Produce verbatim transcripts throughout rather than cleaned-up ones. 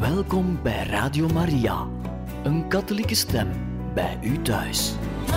Welkom bij Radio Maria, een katholieke stem bij u thuis.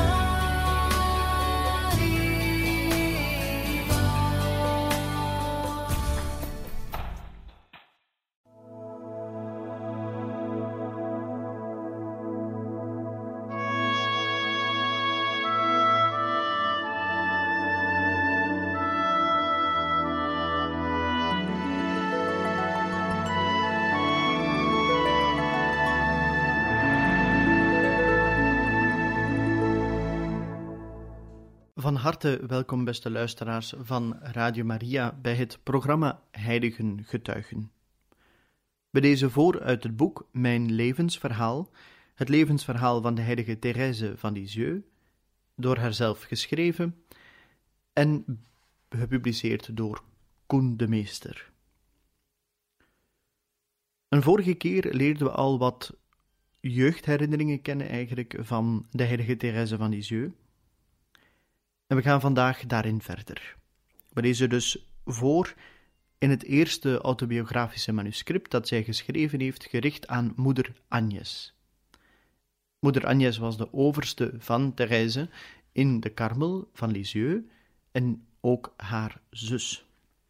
Van harte welkom, beste luisteraars van Radio Maria, bij het programma Heiligen Getuigen. We lezen voor uit het boek Mijn levensverhaal, het levensverhaal van de heilige Thérèse van Lisieux, door haarzelf geschreven en gepubliceerd door Koen de Meester. Een vorige keer leerden we al wat jeugdherinneringen kennen eigenlijk van de heilige Thérèse van Lisieux. En we gaan vandaag daarin verder. We lezen dus voor in het eerste autobiografische manuscript dat zij geschreven heeft, gericht aan moeder Agnes. Moeder Agnes was de overste van Thérèse in de Karmel van Lisieux en ook haar zus.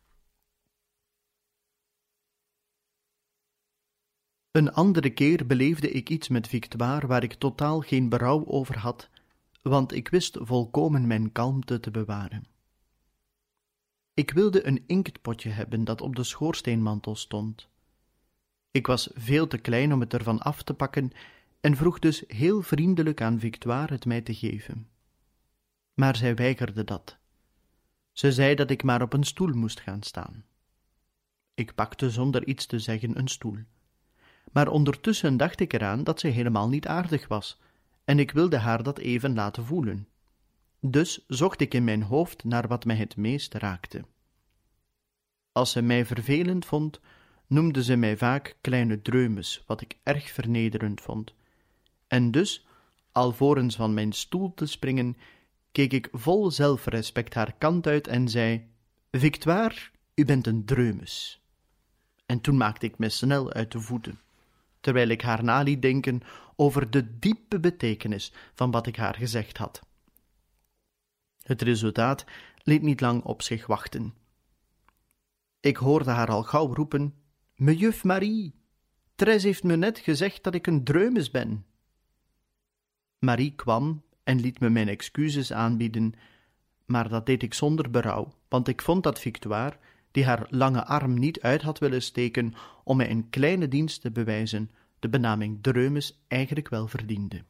Een andere keer beleefde ik iets met Victoire waar ik totaal geen berouw over had, want ik wist volkomen mijn kalmte te bewaren. Ik wilde een inktpotje hebben dat op de schoorsteenmantel stond. Ik was veel te klein om het ervan af te pakken en vroeg dus heel vriendelijk aan Victoire het mij te geven. Maar zij weigerde dat. Ze zei dat ik maar op een stoel moest gaan staan. Ik pakte zonder iets te zeggen een stoel. Maar ondertussen dacht ik eraan dat ze helemaal niet aardig was, en ik wilde haar dat even laten voelen. Dus zocht ik in mijn hoofd naar wat mij het meest raakte. Als ze mij vervelend vond, noemde ze mij vaak kleine dreumes, wat ik erg vernederend vond. En dus, alvorens van mijn stoel te springen, keek ik vol zelfrespect haar kant uit en zei: Victoire, u bent een dreumes. En toen maakte ik me snel uit de voeten, terwijl ik haar na liet denken over de diepe betekenis van wat ik haar gezegd had. Het resultaat liet niet lang op zich wachten. Ik hoorde haar al gauw roepen: Mejuf Marie, Thérèse heeft me net gezegd dat ik een dreumes ben. Marie kwam en liet me mijn excuses aanbieden, maar dat deed ik zonder berouw, want ik vond dat Victoire, die haar lange arm niet uit had willen steken om mij een kleine dienst te bewijzen, de benaming dreumes eigenlijk wel verdiende.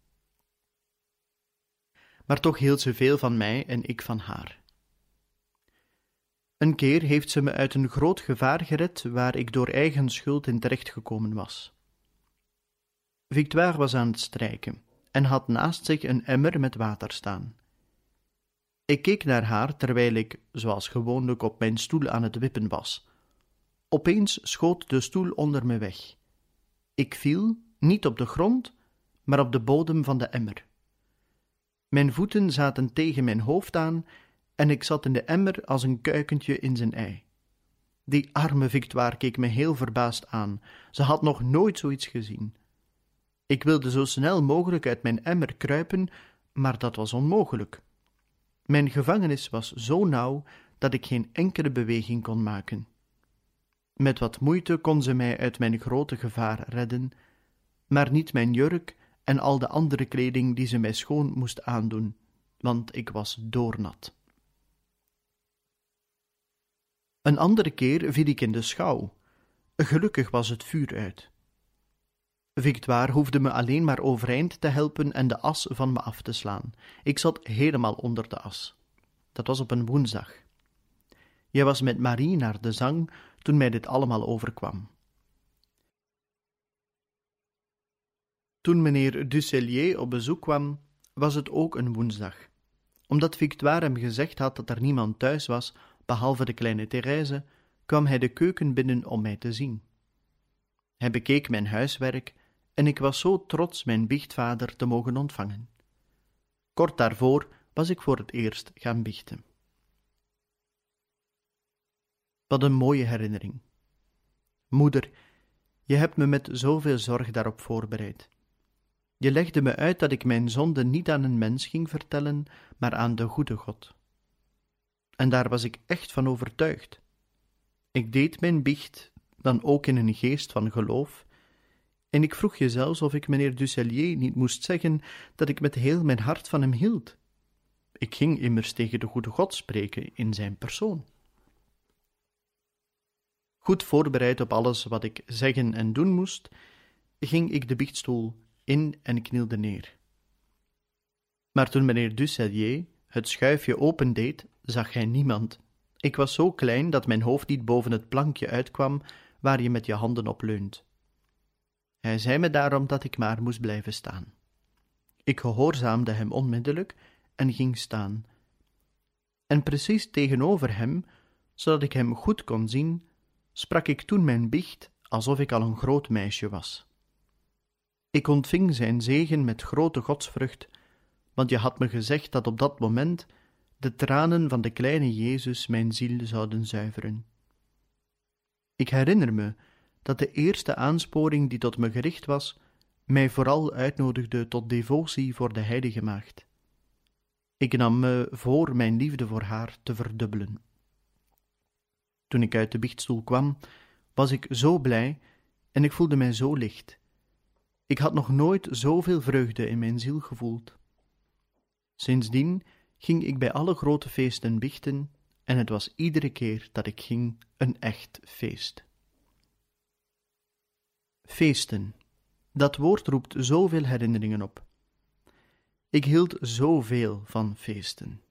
Maar toch hield ze veel van mij en ik van haar. Een keer heeft ze me uit een groot gevaar gered waar ik door eigen schuld in terechtgekomen was. Victoire was aan het strijken en had naast zich een emmer met water staan. Ik keek naar haar terwijl ik, zoals gewoonlijk, op mijn stoel aan het wippen was. Opeens schoot de stoel onder me weg. Ik viel, niet op de grond, maar op de bodem van de emmer. Mijn voeten zaten tegen mijn hoofd aan en ik zat in de emmer als een kuikentje in zijn ei. Die arme Victoire keek me heel verbaasd aan. Ze had nog nooit zoiets gezien. Ik wilde zo snel mogelijk uit mijn emmer kruipen, maar dat was onmogelijk. Mijn gevangenis was zo nauw dat ik geen enkele beweging kon maken. Met wat moeite kon ze mij uit mijn grote gevaar redden, maar niet mijn jurk en al de andere kleding die ze mij schoon moest aandoen, want ik was doornat. Een andere keer viel ik in de schouw. Gelukkig was het vuur uit. Victoire hoefde me alleen maar overeind te helpen en de as van me af te slaan. Ik zat helemaal onder de as. Dat was op een woensdag. Jij was met Marie naar de zang toen mij dit allemaal overkwam. Toen meneer Ducellier op bezoek kwam, was het ook een woensdag. Omdat Victoire hem gezegd had dat er niemand thuis was, behalve de kleine Thérèse, kwam hij de keuken binnen om mij te zien. Hij bekeek mijn huiswerk en ik was zo trots mijn biechtvader te mogen ontvangen. Kort daarvoor was ik voor het eerst gaan biechten. Wat een mooie herinnering. Moeder, Je hebt me met zoveel zorg daarop voorbereid. Je legde me uit dat ik mijn zonde niet aan een mens ging vertellen, maar aan de goede God. En daar was ik echt van overtuigd. Ik deed mijn biecht dan ook in een geest van geloof, en ik vroeg je zelfs of ik meneer Dusselier niet moest zeggen dat ik met heel mijn hart van hem hield. Ik ging immers tegen de goede God spreken in zijn persoon. Goed voorbereid op alles wat ik zeggen en doen moest, ging ik de biechtstoel in en knielde neer. Maar toen meneer Dusselier het schuifje opendeed, zag hij niemand. Ik was zo klein dat mijn hoofd niet boven het plankje uitkwam waar je met je handen op leunt. Hij zei me daarom dat ik maar moest blijven staan. Ik gehoorzaamde hem onmiddellijk en ging staan. En precies tegenover hem, zodat ik hem goed kon zien, sprak ik toen mijn biecht alsof ik al een groot meisje was. Ik ontving zijn zegen met grote godsvrucht, want je had me gezegd dat op dat moment de tranen van de kleine Jezus mijn ziel zouden zuiveren. Ik herinner me dat de eerste aansporing die tot me gericht was, mij vooral uitnodigde tot devotie voor de Heilige Maagd. Ik nam me voor mijn liefde voor haar te verdubbelen. Toen ik uit de biechtstoel kwam, was ik zo blij en ik voelde mij zo licht. Ik had nog nooit zoveel vreugde in mijn ziel gevoeld. Sindsdien ging ik bij alle grote feesten biechten en het was iedere keer dat ik ging een echt feest. Feesten. Dat woord roept zoveel herinneringen op. Ik hield zoveel van feesten.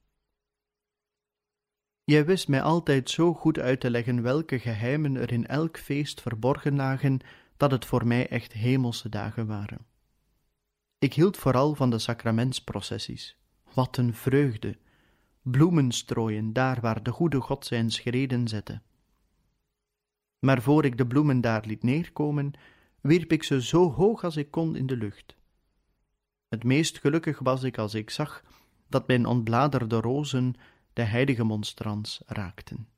Jij wist mij altijd zo goed uit te leggen welke geheimen er in elk feest verborgen lagen, dat het voor mij echt hemelse dagen waren. Ik hield vooral van de sacramentsprocessies. Wat een vreugde! Bloemen strooien daar waar de goede God zijn schreden zette. Maar voor ik de bloemen daar liet neerkomen, wierp ik ze zo hoog als ik kon in de lucht. Het meest gelukkig was ik als ik zag dat mijn ontbladerde rozen de heilige monstrans raakten.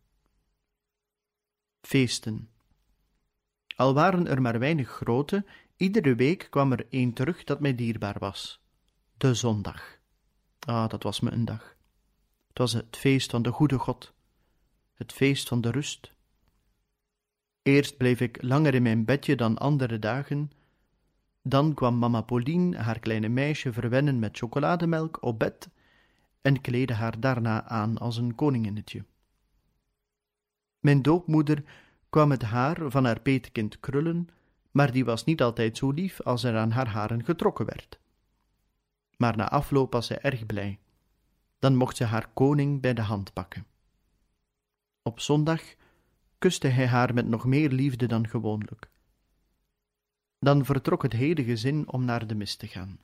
Feesten. Al waren er maar weinig grote, iedere week kwam er één terug dat mij dierbaar was. De zondag. Ah, dat was me een dag. Het was het feest van de goede God. Het feest van de rust. Eerst bleef ik langer in mijn bedje dan andere dagen. Dan kwam mama Pauline haar kleine meisje verwennen met chocolademelk op bed en kleedde haar daarna aan als een koninginnetje. Mijn doopmoeder kwam het haar van haar peetkind krullen, maar die was niet altijd zo lief als er aan haar haren getrokken werd. Maar na afloop was zij erg blij. Dan mocht ze haar koning bij de hand pakken. Op zondag kuste hij haar met nog meer liefde dan gewoonlijk. Dan vertrok het hele gezin om naar de mis te gaan.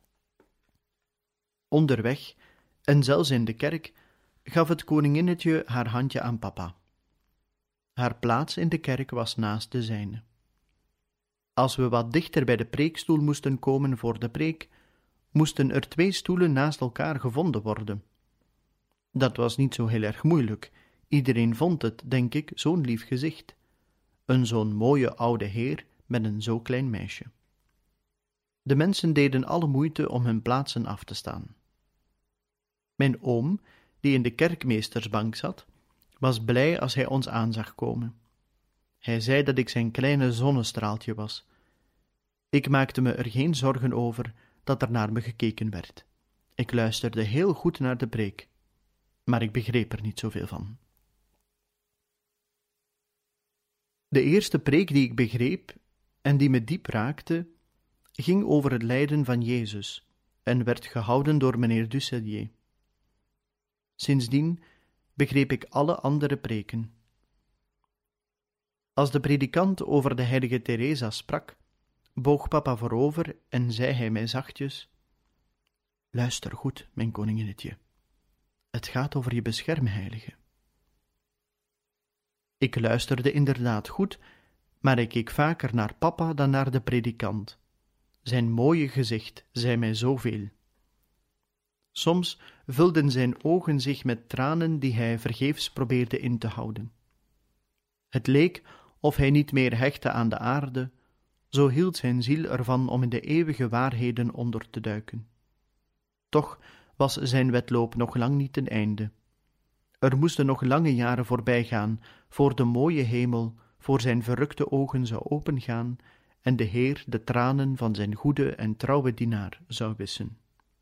Onderweg, en zelfs in de kerk, gaf het koninginnetje haar handje aan papa. Haar plaats in de kerk was naast de zijne. Als we wat dichter bij de preekstoel moesten komen voor de preek, moesten er twee stoelen naast elkaar gevonden worden. Dat was niet zo heel erg moeilijk. Iedereen vond het, denk ik, zo'n lief gezicht. Een zo'n mooie oude heer met een zo klein meisje. De mensen deden alle moeite om hun plaatsen af te staan. Mijn oom, die in de kerkmeestersbank zat, was blij als hij ons aan zag komen. Hij zei dat ik zijn kleine zonnestraaltje was. Ik maakte me er geen zorgen over dat er naar me gekeken werd. Ik luisterde heel goed naar de preek, maar ik begreep er niet zoveel van. De eerste preek die ik begreep en die me diep raakte, ging over het lijden van Jezus en werd gehouden door meneer Dusselier. Sindsdien begreep ik alle andere preken. Als de predikant over de heilige Teresa sprak, boog papa voorover en zei hij mij zachtjes: "Luister goed, mijn koninginnetje. Het gaat over je beschermheilige." Ik luisterde inderdaad goed, maar ik keek vaker naar papa dan naar de predikant. Zijn mooie gezicht zei mij zoveel. Soms vulden zijn ogen zich met tranen die hij vergeefs probeerde in te houden. Het leek of hij niet meer hechtte aan de aarde, zo hield zijn ziel ervan om in de eeuwige waarheden onder te duiken. Toch was zijn wedloop nog lang niet ten einde. Er moesten nog lange jaren voorbij gaan, voor de mooie hemel voor zijn verrukte ogen zou opengaan en de Heer de tranen van zijn goede en trouwe dienaar zou wissen.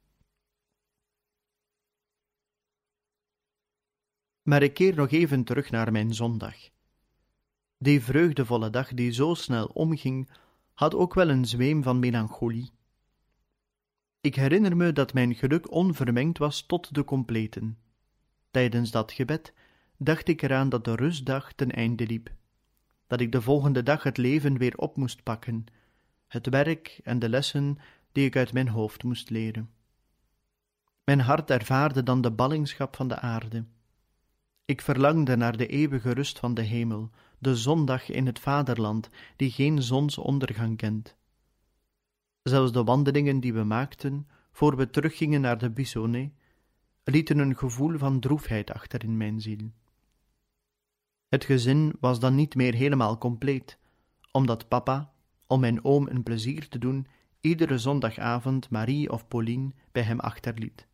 Maar ik keer nog even terug naar mijn zondag. Die vreugdevolle dag die zo snel omging, had ook wel een zweem van melancholie. Ik herinner me dat mijn geluk onvermengd was tot de completen. Tijdens dat gebed dacht ik eraan dat de rustdag ten einde liep, dat ik de volgende dag het leven weer op moest pakken, het werk en de lessen die ik uit mijn hoofd moest leren. Mijn hart ervaarde dan de ballingschap van de aarde. Ik verlangde naar de eeuwige rust van de hemel, de zondag in het vaderland, die geen zonsondergang kent. Zelfs de wandelingen die we maakten, voor we teruggingen naar de Buissonnet, lieten een gevoel van droefheid achter in mijn ziel. Het gezin was dan niet meer helemaal compleet, omdat papa, om mijn oom een plezier te doen, iedere zondagavond Marie of Pauline bij hem achterliet.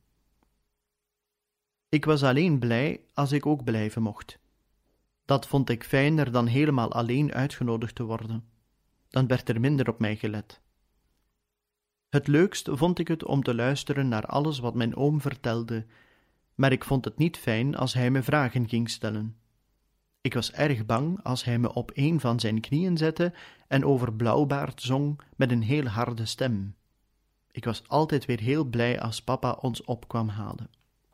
Ik was alleen blij als ik ook blijven mocht. Dat vond ik fijner dan helemaal alleen uitgenodigd te worden. Dan werd er minder op mij gelet. Het leukst vond ik het om te luisteren naar alles wat mijn oom vertelde, maar ik vond het niet fijn als hij me vragen ging stellen. Ik was erg bang als hij me op een van zijn knieën zette en over Blauwbaard zong met een heel harde stem. Ik was altijd weer heel blij als papa ons op kwam halen.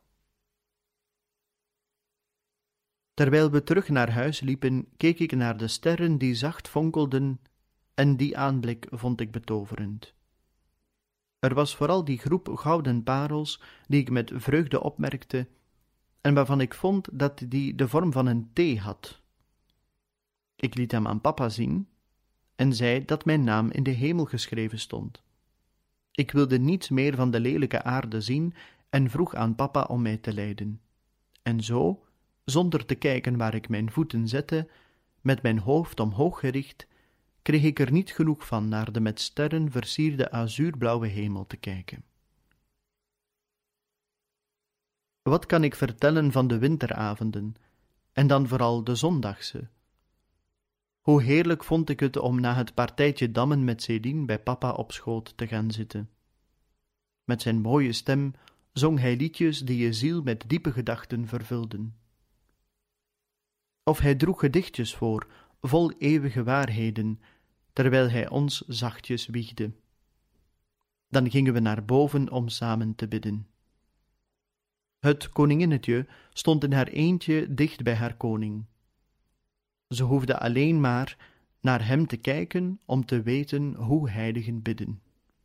Terwijl we terug naar huis liepen, keek ik naar de sterren die zacht fonkelden, en die aanblik vond ik betoverend. Er was vooral die groep gouden parels die ik met vreugde opmerkte en waarvan ik vond dat die de vorm van een T had. Ik liet hem aan papa zien en zei dat mijn naam in de hemel geschreven stond. Ik wilde niets meer van de lelijke aarde zien en vroeg aan papa om mij te leiden. En zo, zonder te kijken waar ik mijn voeten zette, met mijn hoofd omhoog gericht, kreeg ik er niet genoeg van naar de met sterren versierde azuurblauwe hemel te kijken. Wat kan ik vertellen van de winteravonden, en dan vooral de zondagse? Hoe heerlijk vond ik het om na het partijtje dammen met Céline bij papa op schoot te gaan zitten. Met zijn mooie stem zong hij liedjes die je ziel met diepe gedachten vervulden. Of hij droeg gedichtjes voor, vol eeuwige waarheden, terwijl hij ons zachtjes wiegde. Dan gingen we naar boven om samen te bidden. Het koninginnetje stond in haar eentje dicht bij haar koning. Ze hoefde alleen maar naar hem te kijken om te weten hoe heiligen bidden.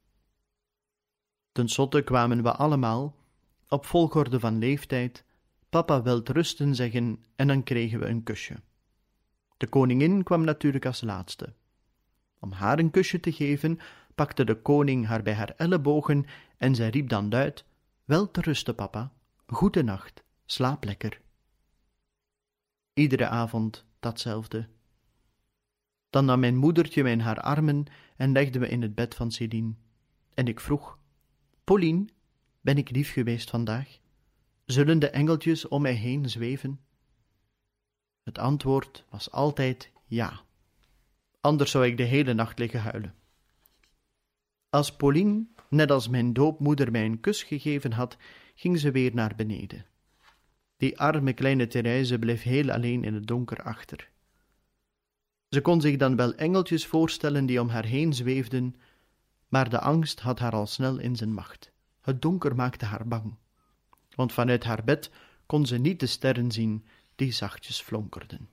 Ten slotte kwamen we allemaal, op volgorde van leeftijd, papa welterusten zeggen en dan kregen we een kusje. De koningin kwam natuurlijk als laatste. Om haar een kusje te geven, pakte de koning haar bij haar ellebogen en zij riep dan luid: "Welterusten, papa, goede nacht, slaap lekker." Iedere avond datzelfde. Dan nam mijn moedertje mij in haar armen en legde me in het bed van Céline. En ik vroeg: "Pauline, ben ik lief geweest vandaag? Zullen de engeltjes om mij heen zweven?" Het antwoord was altijd ja. Anders zou ik de hele nacht liggen huilen. Als Pauline, net als mijn doopmoeder, mij een kus gegeven had, ging ze weer naar beneden. Die arme kleine Therese bleef heel alleen in het donker achter. Ze kon zich dan wel engeltjes voorstellen die om haar heen zweefden, maar de angst had haar al snel in zijn macht. Het donker maakte haar bang, want vanuit haar bed kon ze niet de sterren zien die zachtjes flonkerden.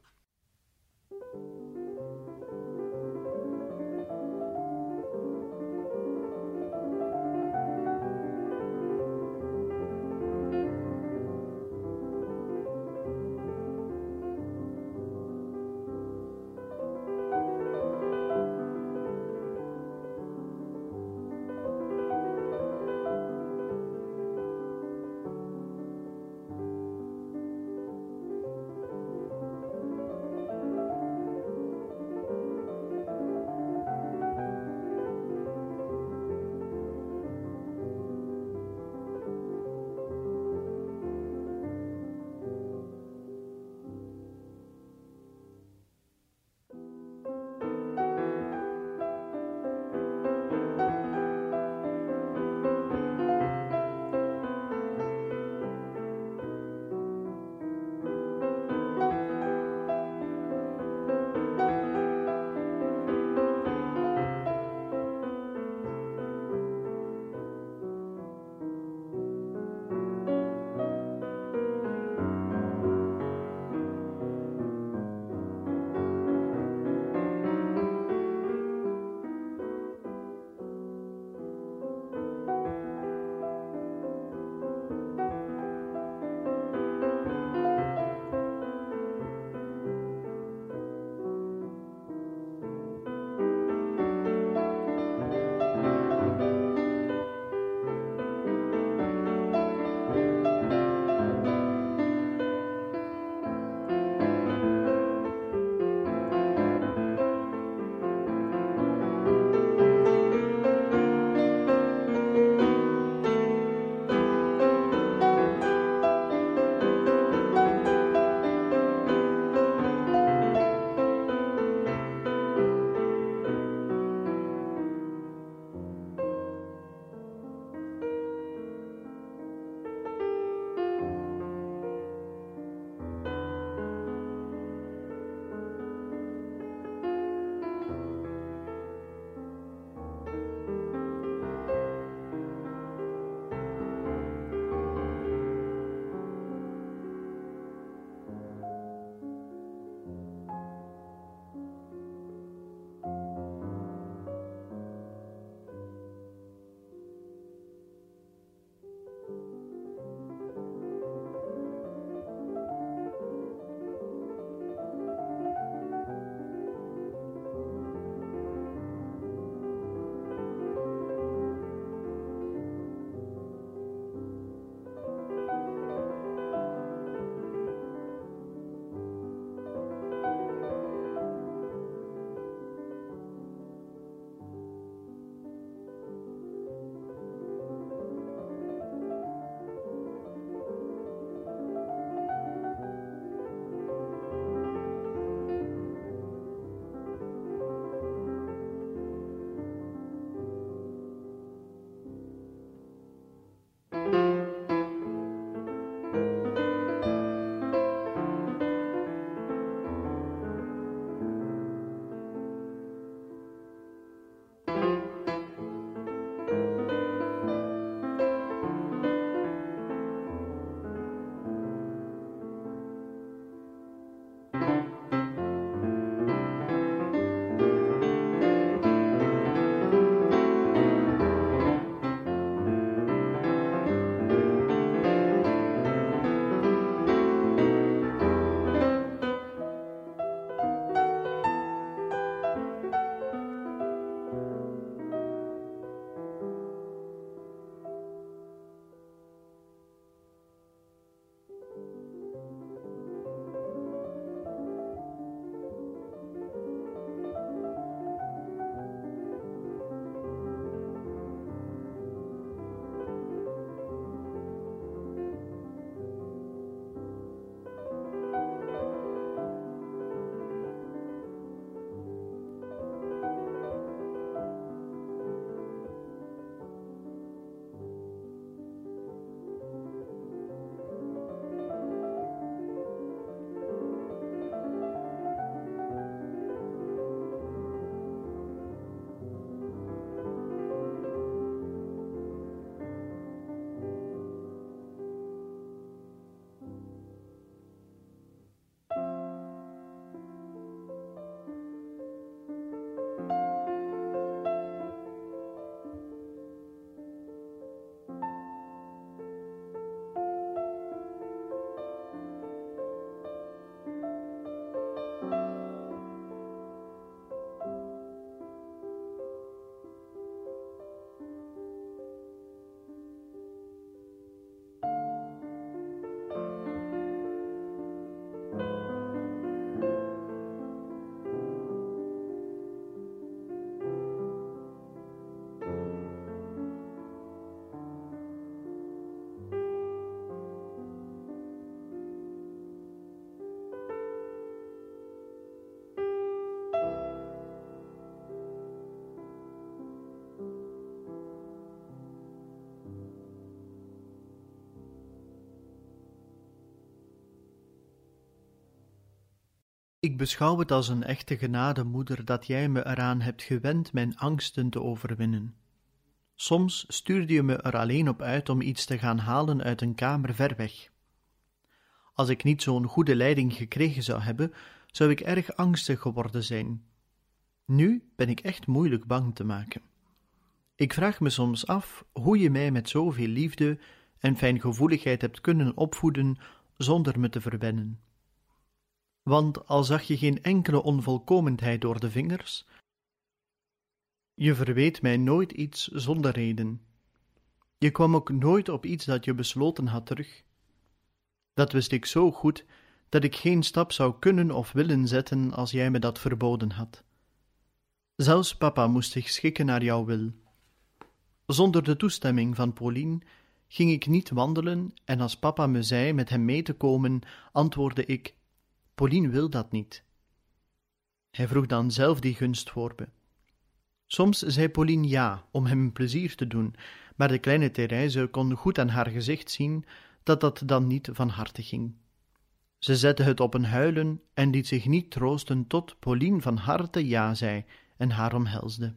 Ik beschouw het als een echte genade, moeder, dat jij me eraan hebt gewend mijn angsten te overwinnen. Soms stuurde je me er alleen op uit om iets te gaan halen uit een kamer ver weg. Als ik niet zo'n goede leiding gekregen zou hebben, zou ik erg angstig geworden zijn. Nu ben ik echt moeilijk bang te maken. Ik vraag me soms af hoe je mij met zoveel liefde en fijngevoeligheid hebt kunnen opvoeden zonder me te verwennen. Want al zag je geen enkele onvolkomenheid door de vingers, je verweet mij nooit iets zonder reden. Je kwam ook nooit op iets dat je besloten had terug. Dat wist ik zo goed, dat ik geen stap zou kunnen of willen zetten als jij me dat verboden had. Zelfs papa moest zich schikken naar jouw wil. Zonder de toestemming van Pauline ging ik niet wandelen en als papa me zei met hem mee te komen, antwoordde ik, Pauline wil dat niet. Hij vroeg dan zelf die gunst voor me. Soms zei Pauline ja, om hem een plezier te doen, maar de kleine Therese kon goed aan haar gezicht zien dat dat dan niet van harte ging. Ze zette het op een huilen en liet zich niet troosten tot Pauline van harte ja zei en haar omhelsde.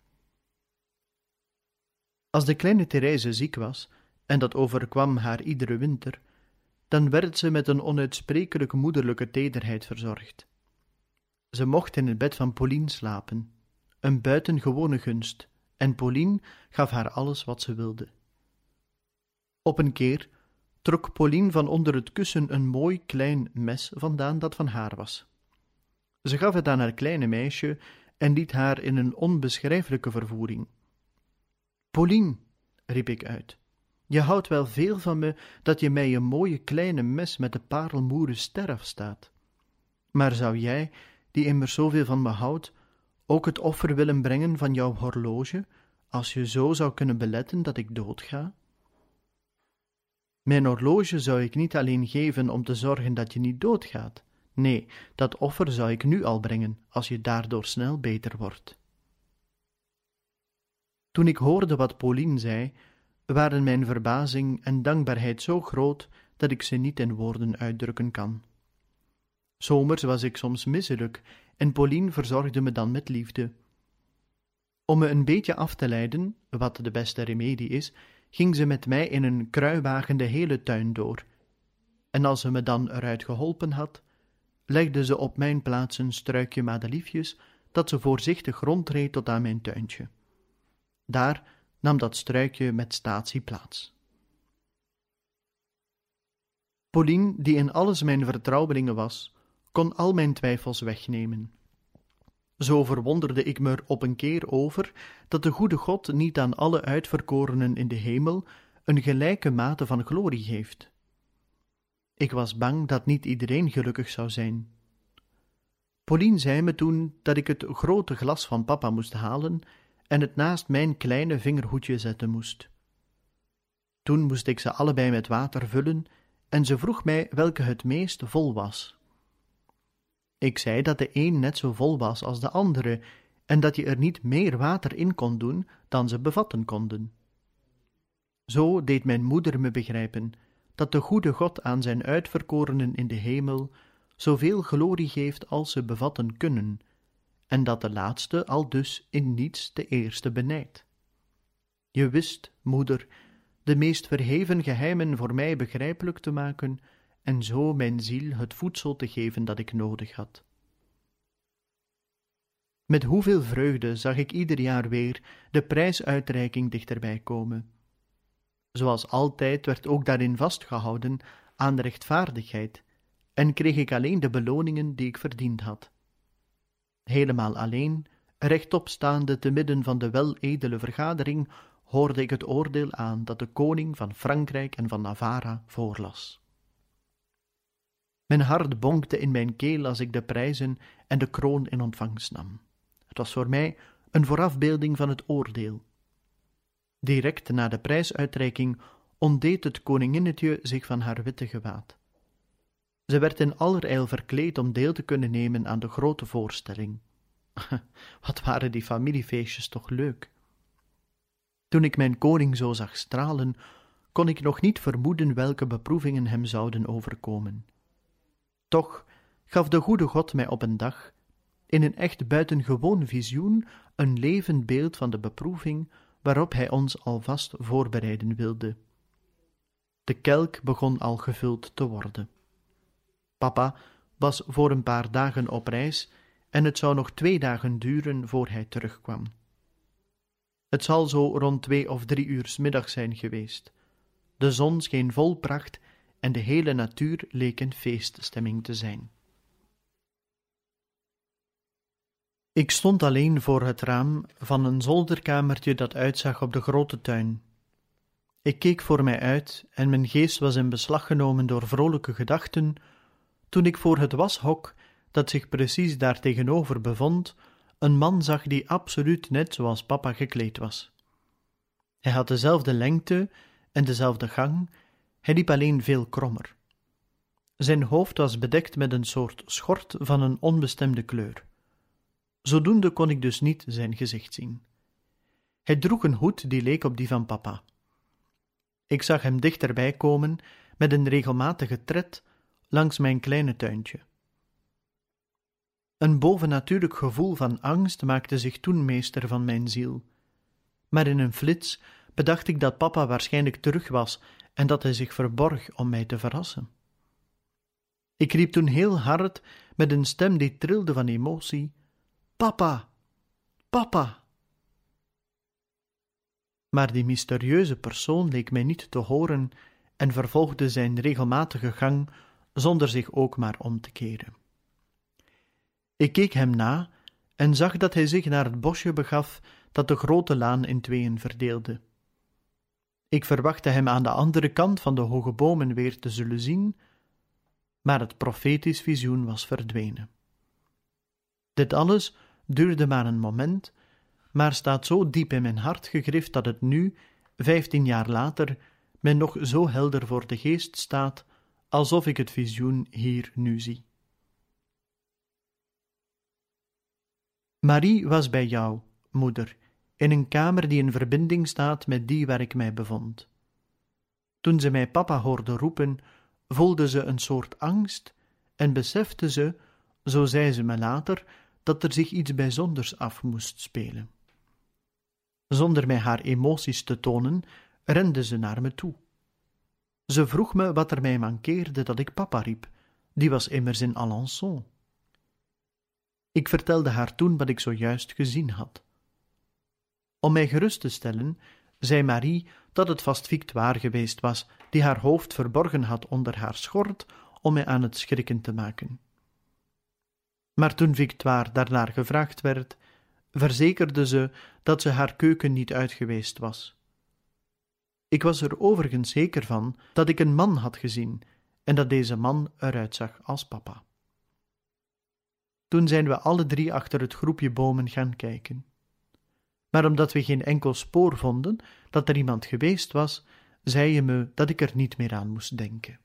Als de kleine Therese ziek was, en dat overkwam haar iedere winter, dan werd ze met een onuitsprekelijk moederlijke tederheid verzorgd. Ze mocht in het bed van Pauline slapen, een buitengewone gunst, en Pauline gaf haar alles wat ze wilde. Op een keer trok Pauline van onder het kussen een mooi klein mes vandaan dat van haar was. Ze gaf het aan haar kleine meisje en liet haar in een onbeschrijfelijke vervoering. Pauline, riep ik uit, je houdt wel veel van me dat je mij een mooie kleine mes met de parelmoeren ster afstaat. Maar zou jij, die immers zoveel van me houdt, ook het offer willen brengen van jouw horloge, als je zo zou kunnen beletten dat ik doodga? Mijn horloge zou ik niet alleen geven om te zorgen dat je niet doodgaat. Nee, dat offer zou ik nu al brengen, als je daardoor snel beter wordt. Toen ik hoorde wat Pauline zei, waren mijn verbazing en dankbaarheid zo groot dat ik ze niet in woorden uitdrukken kan. Zomers was ik soms misselijk en Pauline verzorgde me dan met liefde. Om me een beetje af te leiden, wat de beste remedie is, ging ze met mij in een kruiwagen de hele tuin door, en als ze me dan eruit geholpen had, legde ze op mijn plaats een struikje madeliefjes dat ze voorzichtig rondreed tot aan mijn tuintje. Daar nam dat struikje met statie plaats. Pauline, die in alles mijn vertrouwelinge was, kon al mijn twijfels wegnemen. Zo verwonderde ik me er op een keer over dat de goede God niet aan alle uitverkorenen in de hemel een gelijke mate van glorie geeft. Ik was bang dat niet iedereen gelukkig zou zijn. Pauline zei me toen dat ik het grote glas van papa moest halen en het naast mijn kleine vingerhoedje zetten moest. Toen moest ik ze allebei met water vullen en ze vroeg mij welke het meest vol was. Ik zei dat de een net zo vol was als de andere en dat je er niet meer water in kon doen dan ze bevatten konden. Zo deed mijn moeder me begrijpen dat de goede God aan zijn uitverkorenen in de hemel zoveel glorie geeft als ze bevatten kunnen, en dat de laatste aldus in niets de eerste benijdt. Je wist, moeder, de meest verheven geheimen voor mij begrijpelijk te maken en zo mijn ziel het voedsel te geven dat ik nodig had. Met hoeveel vreugde zag ik ieder jaar weer de prijsuitreiking dichterbij komen. Zoals altijd werd ook daarin vastgehouden aan de rechtvaardigheid en kreeg ik alleen de beloningen die ik verdiend had. Helemaal alleen, rechtop staande te midden van de weledele vergadering, hoorde ik het oordeel aan dat de koning van Frankrijk en van Navarra voorlas. Mijn hart bonkte in mijn keel als ik de prijzen en de kroon in ontvangst nam. Het was voor mij een voorafbeelding van het oordeel. Direct na de prijsuitreiking ontdeed het koninginnetje zich van haar witte gewaad. Ze werd in allerijl verkleed om deel te kunnen nemen aan de grote voorstelling. Wat waren die familiefeestjes toch leuk! Toen ik mijn koning zo zag stralen, kon ik nog niet vermoeden welke beproevingen hem zouden overkomen. Toch, gaf de goede God mij op een dag, in een echt buitengewoon visioen, een levend beeld van de beproeving waarop hij ons alvast voorbereiden wilde. De kelk begon al gevuld te worden. Papa was voor een paar dagen op reis en het zou nog twee dagen duren voor hij terugkwam. Het zal zo rond twee of drie uur 's middags zijn geweest. De zon scheen vol pracht en de hele natuur leek in feeststemming te zijn. Ik stond alleen voor het raam van een zolderkamertje dat uitzag op de grote tuin. Ik keek voor mij uit en mijn geest was in beslag genomen door vrolijke gedachten, toen ik voor het washok, dat zich precies daar tegenover bevond, een man zag die absoluut net zoals papa gekleed was. Hij had dezelfde lengte en dezelfde gang, hij liep alleen veel krommer. Zijn hoofd was bedekt met een soort schort van een onbestemde kleur. Zodoende kon ik dus niet zijn gezicht zien. Hij droeg een hoed die leek op die van papa. Ik zag hem dichterbij komen met een regelmatige tred langs mijn kleine tuintje. Een bovennatuurlijk gevoel van angst maakte zich toen meester van mijn ziel. Maar in een flits bedacht ik dat papa waarschijnlijk terug was en dat hij zich verborg om mij te verrassen. Ik riep toen heel hard, met een stem die trilde van emotie: Papa! Papa! Maar die mysterieuze persoon leek mij niet te horen en vervolgde zijn regelmatige gang zonder zich ook maar om te keren. Ik keek hem na en zag dat hij zich naar het bosje begaf dat de grote laan in tweeën verdeelde. Ik verwachtte hem aan de andere kant van de hoge bomen weer te zullen zien, maar het profetisch visioen was verdwenen. Dit alles duurde maar een moment, maar staat zo diep in mijn hart gegrift dat het nu, vijftien jaar later, mij nog zo helder voor de geest staat, alsof ik het visioen hier nu zie. Marie was bij jou, moeder, in een kamer die in verbinding staat met die waar ik mij bevond. Toen ze mij papa hoorde roepen, voelde ze een soort angst en besefte ze, zo zei ze me later, dat er zich iets bijzonders af moest spelen. Zonder mij haar emoties te tonen, rende ze naar me toe. Ze vroeg me wat er mij mankeerde dat ik papa riep, die was immers in Alençon. Ik vertelde haar toen wat ik zojuist gezien had. Om mij gerust te stellen, zei Marie dat het vast Victoire geweest was, die haar hoofd verborgen had onder haar schort om mij aan het schrikken te maken. Maar toen Victoire daarnaar gevraagd werd, verzekerde ze dat ze haar keuken niet uit geweest was. Ik was er overigens zeker van dat ik een man had gezien en dat deze man eruit zag als papa. Toen zijn we alle drie achter het groepje bomen gaan kijken. Maar omdat we geen enkel spoor vonden dat er iemand geweest was, zei je me dat ik er niet meer aan moest denken.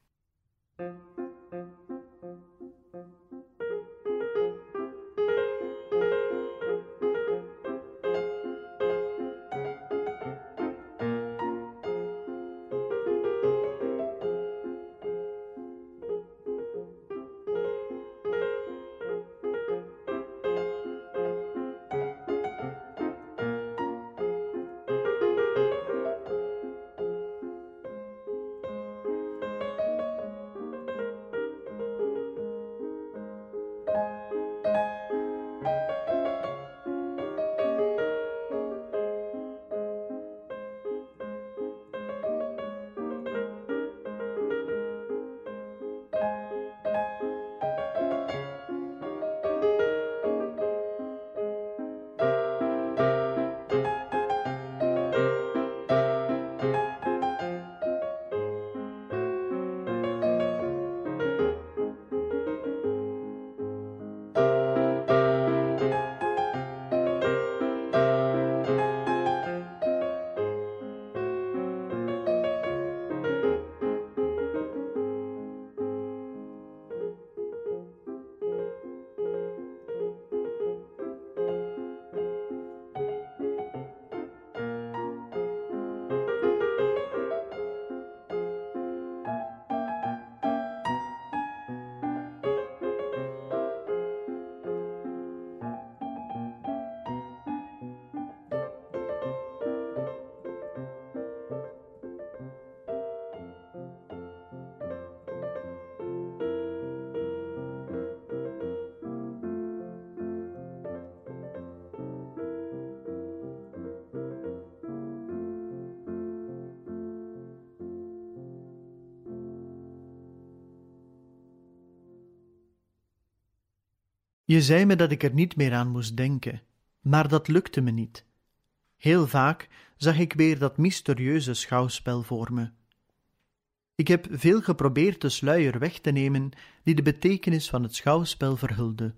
Je zei me dat ik er niet meer aan moest denken, maar dat lukte me niet. Heel vaak zag ik weer dat mysterieuze schouwspel voor me. Ik heb veel geprobeerd de sluier weg te nemen die de betekenis van het schouwspel verhulde.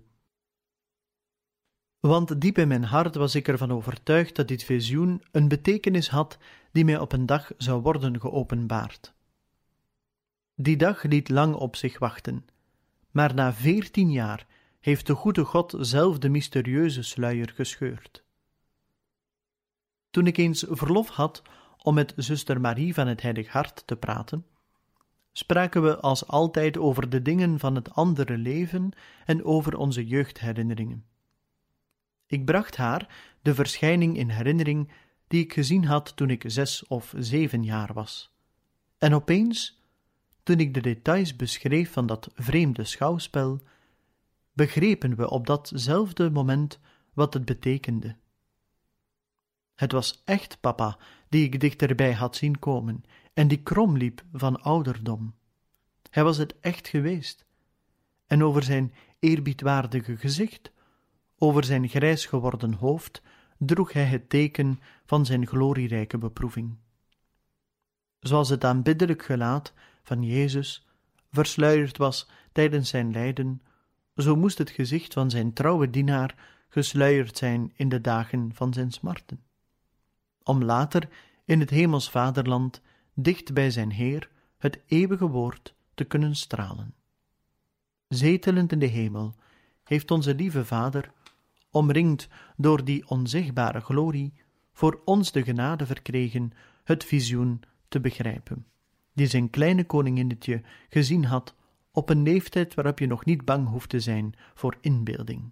Want diep in mijn hart was ik ervan overtuigd dat dit visioen een betekenis had die mij op een dag zou worden geopenbaard. Die dag liet lang op zich wachten, maar na veertien jaar heeft de goede God zelf de mysterieuze sluier gescheurd. Toen ik eens verlof had om met zuster Marie van het Heilig Hart te praten, spraken we als altijd over de dingen van het andere leven en over onze jeugdherinneringen. Ik bracht haar de verschijning in herinnering die ik gezien had toen ik zes of zeven jaar was. En opeens, toen ik de details beschreef van dat vreemde schouwspel, begrepen we op datzelfde moment wat het betekende. Het was echt papa die ik dichterbij had zien komen en die krom liep van ouderdom. Hij was het echt geweest. En over zijn eerbiedwaardige gezicht, over zijn grijs geworden hoofd, droeg hij het teken van zijn glorierijke beproeving. Zoals het aanbiddelijk gelaat van Jezus versluierd was tijdens zijn lijden, zo moest het gezicht van zijn trouwe dienaar gesluierd zijn in de dagen van zijn smarten, om later in het hemels vaderland, dicht bij zijn Heer, het eeuwige woord te kunnen stralen. Zetelend in de hemel heeft onze lieve Vader, omringd door die onzichtbare glorie, voor ons de genade verkregen het visioen te begrijpen, die zijn kleine koninginnetje gezien had op een leeftijd waarop je nog niet bang hoeft te zijn voor inbeelding.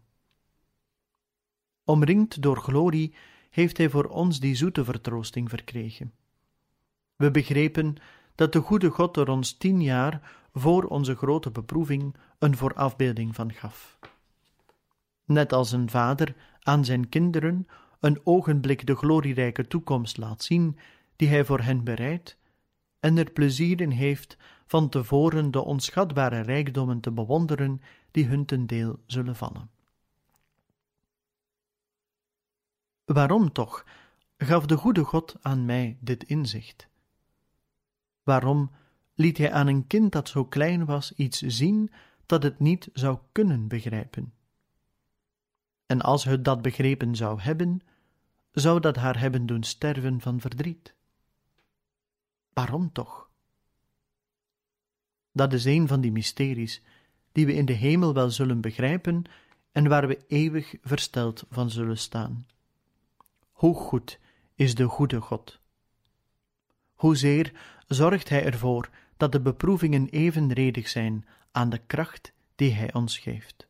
Omringd door glorie heeft hij voor ons die zoete vertroosting verkregen. We begrepen dat de goede God er ons tien jaar voor onze grote beproeving een voorafbeelding van gaf. Net als een vader aan zijn kinderen een ogenblik de glorierijke toekomst laat zien die hij voor hen bereidt, en er plezier in heeft van tevoren de onschatbare rijkdommen te bewonderen die hun ten deel zullen vallen. Waarom toch gaf de goede God aan mij dit inzicht? Waarom liet hij aan een kind dat zo klein was iets zien dat het niet zou kunnen begrijpen? En als het dat begrepen zou hebben, zou dat haar hebben doen sterven van verdriet. Waarom toch? Dat is een van die mysteries die we in de hemel wel zullen begrijpen en waar we eeuwig versteld van zullen staan. Hoe goed is de goede God? Hoezeer zorgt Hij ervoor dat de beproevingen evenredig zijn aan de kracht die Hij ons geeft.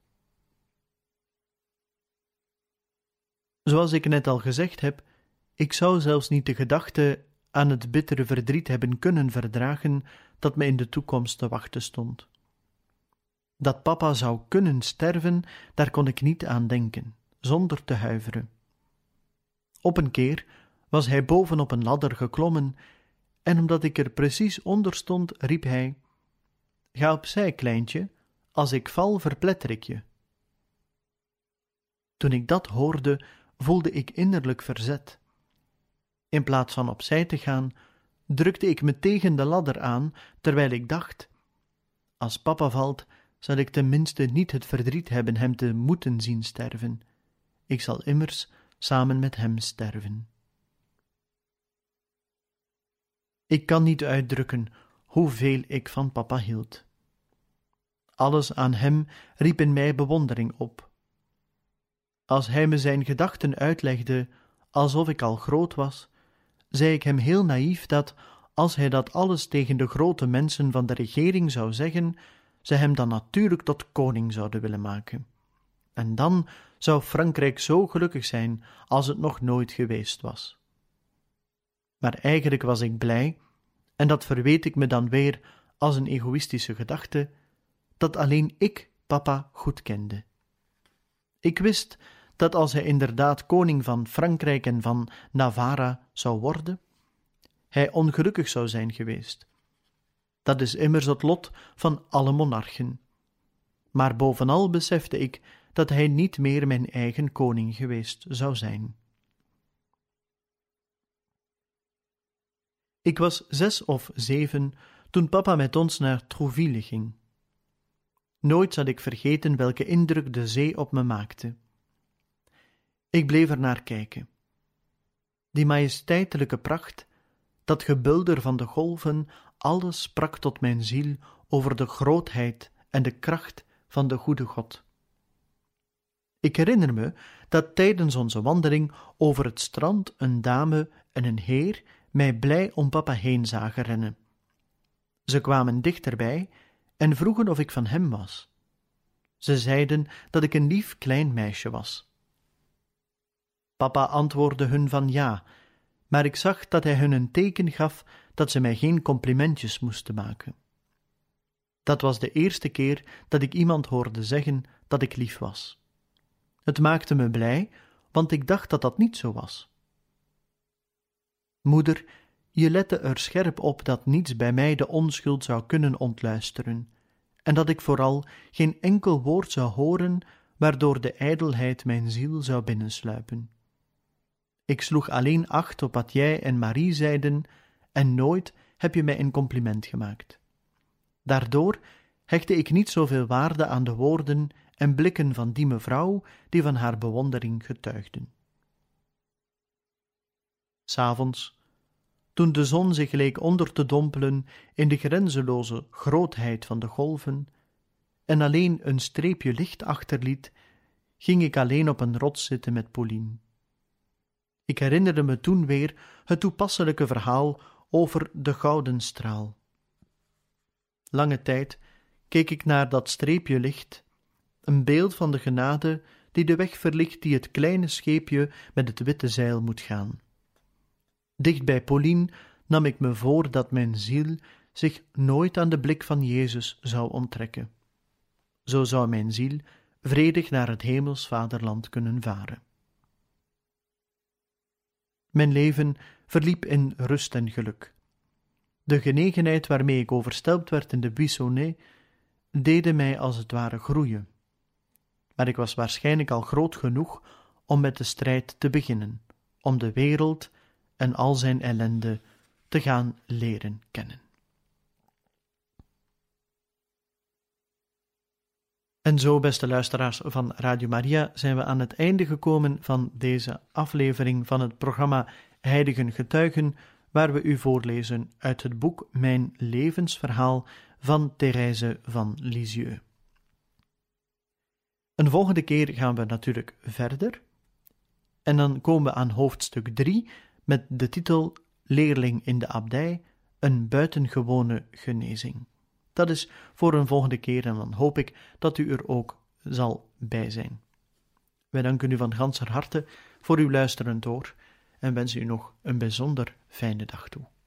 Zoals ik net al gezegd heb, ik zou zelfs niet de gedachte aan het bittere verdriet hebben kunnen verdragen dat me in de toekomst te wachten stond. Dat papa zou kunnen sterven, daar kon ik niet aan denken, zonder te huiveren. Op een keer was hij boven op een ladder geklommen, en omdat ik er precies onder stond, riep hij: "Ga opzij, kleintje, als ik val, verpletter ik je." Toen ik dat hoorde, voelde ik innerlijk verzet. In plaats van opzij te gaan, drukte ik me tegen de ladder aan, terwijl ik dacht: als papa valt, zal ik tenminste niet het verdriet hebben hem te moeten zien sterven. Ik zal immers samen met hem sterven. Ik kan niet uitdrukken hoeveel ik van papa hield. Alles aan hem riep in mij bewondering op. Als hij me zijn gedachten uitlegde, alsof ik al groot was, zei ik hem heel naïef dat, als hij dat alles tegen de grote mensen van de regering zou zeggen, ze hem dan natuurlijk tot koning zouden willen maken. En dan zou Frankrijk zo gelukkig zijn als het nog nooit geweest was. Maar eigenlijk was ik blij, en dat verweet ik me dan weer als een egoïstische gedachte, dat alleen ik papa goed kende. Ik wist dat als hij inderdaad koning van Frankrijk en van Navarra zou worden, hij ongelukkig zou zijn geweest. Dat is immers het lot van alle monarchen. Maar bovenal besefte ik dat hij niet meer mijn eigen koning geweest zou zijn. Ik was zes of zeven toen papa met ons naar Trouville ging. Nooit zal ik vergeten welke indruk de zee op me maakte. Ik bleef er naar kijken. Die majesteitelijke pracht, dat gebulder van de golven, alles sprak tot mijn ziel over de grootheid en de kracht van de goede God. Ik herinner me dat tijdens onze wandeling over het strand een dame en een heer mij blij om papa heen zagen rennen. Ze kwamen dichterbij en vroegen of ik van hem was. Ze zeiden dat ik een lief klein meisje was. Papa antwoordde hun van ja, maar ik zag dat hij hun een teken gaf dat ze mij geen complimentjes moesten maken. Dat was de eerste keer dat ik iemand hoorde zeggen dat ik lief was. Het maakte me blij, want ik dacht dat dat niet zo was. Moeder, je lette er scherp op dat niets bij mij de onschuld zou kunnen ontluisteren, en dat ik vooral geen enkel woord zou horen waardoor de ijdelheid mijn ziel zou binnensluipen. Ik sloeg alleen acht op wat jij en Marie zeiden, en nooit heb je mij een compliment gemaakt. Daardoor hechtte ik niet zoveel waarde aan de woorden en blikken van die mevrouw die van haar bewondering getuigden. 'S Avonds, toen de zon zich leek onder te dompelen in de grenzeloze grootheid van de golven en alleen een streepje licht achterliet, ging ik alleen op een rots zitten met Pauline. Ik herinnerde me toen weer het toepasselijke verhaal over de gouden straal. Lange tijd keek ik naar dat streepje licht, een beeld van de genade die de weg verlicht die het kleine scheepje met het witte zeil moet gaan. Dicht bij Pauline nam ik me voor dat mijn ziel zich nooit aan de blik van Jezus zou onttrekken. Zo zou mijn ziel vredig naar het hemels vaderland kunnen varen. Mijn leven verliep in rust en geluk. De genegenheid waarmee ik overstelpt werd in de Buissonnet deden mij als het ware groeien. Maar ik was waarschijnlijk al groot genoeg om met de strijd te beginnen, om de wereld en al zijn ellende te gaan leren kennen. En zo, beste luisteraars van Radio Maria, zijn we aan het einde gekomen van deze aflevering van het programma Heiligen Getuigen, waar we u voorlezen uit het boek Mijn levensverhaal van Thérèse van Lisieux. Een volgende keer gaan we natuurlijk verder, en dan komen we aan hoofdstuk drie met de titel Leerling in de abdij, een buitengewone genezing. Dat is voor een volgende keer en dan hoop ik dat u er ook zal bij zijn. Wij danken u van ganser harte voor uw luisterend oor en wensen u nog een bijzonder fijne dag toe.